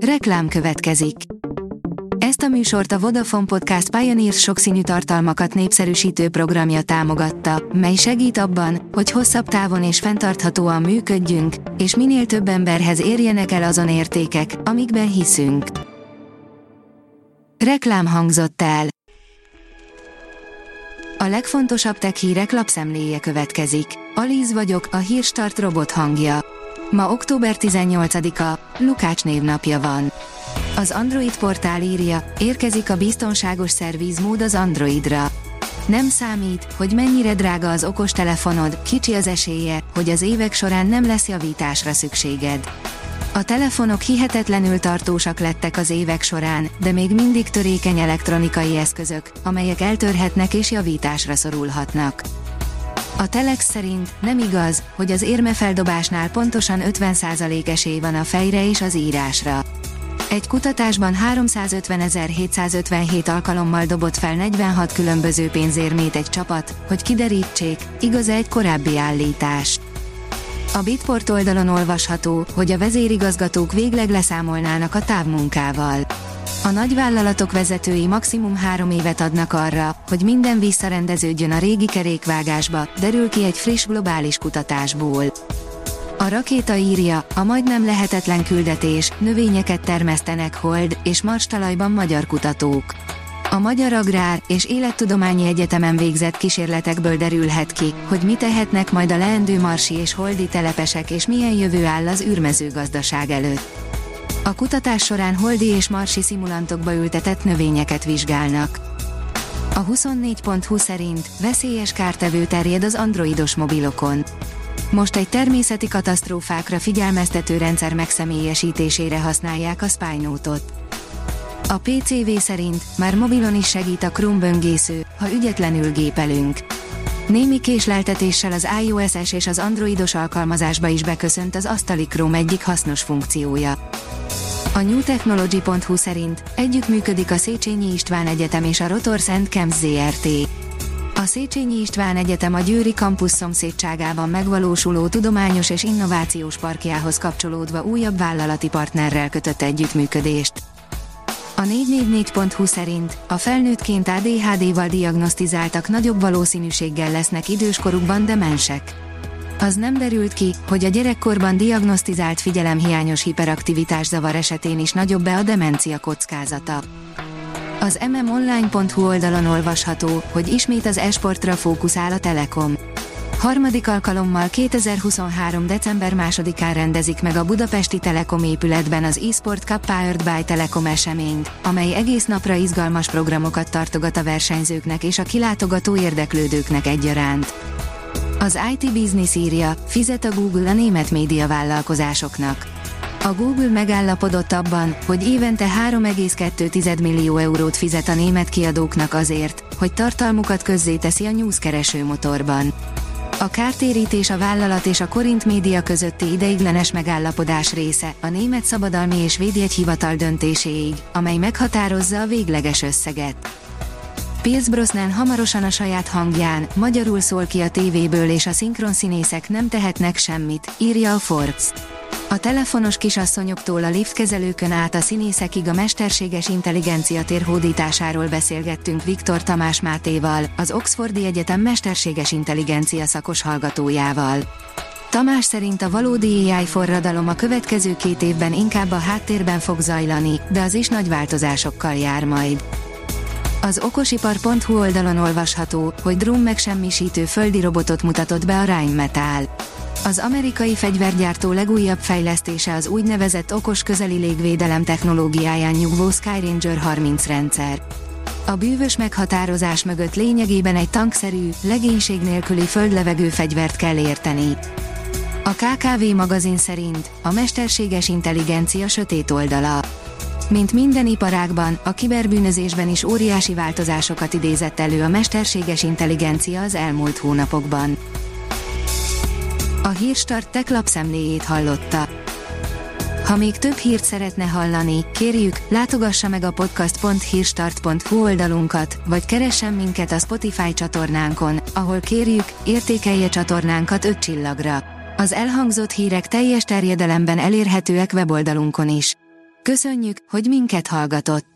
Reklám következik. Ezt a műsort a Vodafone Podcast Pioneers sokszínű tartalmakat népszerűsítő programja támogatta, mely segít abban, hogy hosszabb távon és fenntarthatóan működjünk, és minél több emberhez érjenek el azon értékek, amikben hiszünk. Reklám hangzott el. A legfontosabb tech hírek lapszemléje következik. Alíz vagyok, a Hírstart robot hangja. Ma október 18-a, Lukács névnapja van. Az Android portál írja, érkezik a biztonságos szervízmód az Androidra. Nem számít, hogy mennyire drága az okostelefonod, kicsi az esélye, hogy az évek során nem lesz javításra szükséged. A telefonok hihetetlenül tartósak lettek az évek során, de még mindig törékeny elektronikai eszközök, amelyek eltörhetnek és javításra szorulhatnak. A Telex szerint nem igaz, hogy az érmefeldobásnál pontosan 50% esély van a fejre és az írásra. Egy kutatásban 350.757 alkalommal dobott fel 46 különböző pénzérmét egy csapat, hogy kiderítsék, igaz-e egy korábbi állítás. A Bitport oldalon olvasható, hogy a vezérigazgatók végleg leszámolnának a távmunkával. A nagyvállalatok vezetői maximum 3 évet adnak arra, hogy minden visszarendeződjön a régi kerékvágásba, derül ki egy friss globális kutatásból. A Rakéta írja, a majdnem lehetetlen küldetés, növényeket termesztenek Hold és Mars talajban magyar kutatók. A Magyar Agrár és Élettudományi Egyetemen végzett kísérletekből derülhet ki, hogy mit tehetnek majd a leendő marsi és holdi telepesek és milyen jövő áll az űrmezőgazdaság előtt. A kutatás során holdi és marsi szimulantokba ültetett növényeket vizsgálnak. A 24.hu szerint veszélyes kártevő terjed az androidos mobilokon. Most egy természeti katasztrófákra figyelmeztető rendszer megszemélyesítésére használják a Spynote-ot. A PCV szerint már mobilon is segít a Chrome böngésző, ha ügyetlenül gépelünk. Némi késleltetéssel az iOS-es és az androidos alkalmazásba is beköszönt az asztali Chrome egyik hasznos funkciója. A newtechnology.hu szerint együttműködik a Széchenyi István Egyetem és a Rotor Szent Kempsz Zrt. A Széchenyi István Egyetem a Győri kampusz szomszédságában megvalósuló tudományos és innovációs parkjához kapcsolódva újabb vállalati partnerrel kötött együttműködést. A 444.hu szerint a felnőttként ADHD-val diagnosztizáltak nagyobb valószínűséggel lesznek időskorukban demensek. Az nem derült ki, hogy a gyerekkorban diagnosztizált figyelemhiányos hiperaktivitászavar esetén is nagyobb-e a demencia kockázata. Az mmonline.hu oldalon olvasható, hogy ismét az e-sportra fókuszál a Telekom. Harmadik alkalommal 2023. december 2-án rendezik meg a budapesti Telekom épületben az eSport Cup Powered by Telekom eseményt, amely egész napra izgalmas programokat tartogat a versenyzőknek és a kilátogató érdeklődőknek egyaránt. Az IT Business írja, fizet a Google a német médiavállalkozásoknak. A Google megállapodott abban, hogy évente 3,2 millió eurót fizet a német kiadóknak azért, hogy tartalmukat közzéteszi a News keresőmotorban. A kártérítés a vállalat és a Korint Média közötti ideiglenes megállapodás része, a német szabadalmi és védjegyhivatal döntéséig, amely meghatározza a végleges összeget. Pierce Brosnan hamarosan a saját hangján, magyarul szól ki a tévéből és a szinkronszínészek nem tehetnek semmit, írja a Forbes. A telefonos kisasszonyoktól a liftkezelőkön át a színészekig a mesterséges intelligencia térhódításáról beszélgettünk Viktor Tamás Mátéval, az Oxfordi Egyetem mesterséges intelligencia szakos hallgatójával. Tamás szerint a valódi AI forradalom a következő 2 évben inkább a háttérben fog zajlani, de az is nagy változásokkal jár majd. Az okosipar.hu oldalon olvasható, hogy drón megsemmisítő földi robotot mutatott be a Rheinmetall. Az amerikai fegyvergyártó legújabb fejlesztése az úgynevezett okos közeli légvédelem technológiáján nyugvó Skyranger 30 rendszer. A bűvös meghatározás mögött lényegében egy tankszerű, legénység nélküli földlevegő fegyvert kell érteni. A KKV magazin szerint a mesterséges intelligencia sötét oldala. Mint minden iparágban, a kiberbűnözésben is óriási változásokat idézett elő a mesterséges intelligencia az elmúlt hónapokban. A Hírstart Tech lapszemléjét hallotta. Ha még több hírt szeretne hallani, kérjük, látogassa meg a podcast.hírstart.hu oldalunkat, vagy keressen minket a Spotify csatornánkon, ahol kérjük, értékelje csatornánkat 5 csillagra. Az elhangzott hírek teljes terjedelemben elérhetőek weboldalunkon is. Köszönjük, hogy minket hallgatott!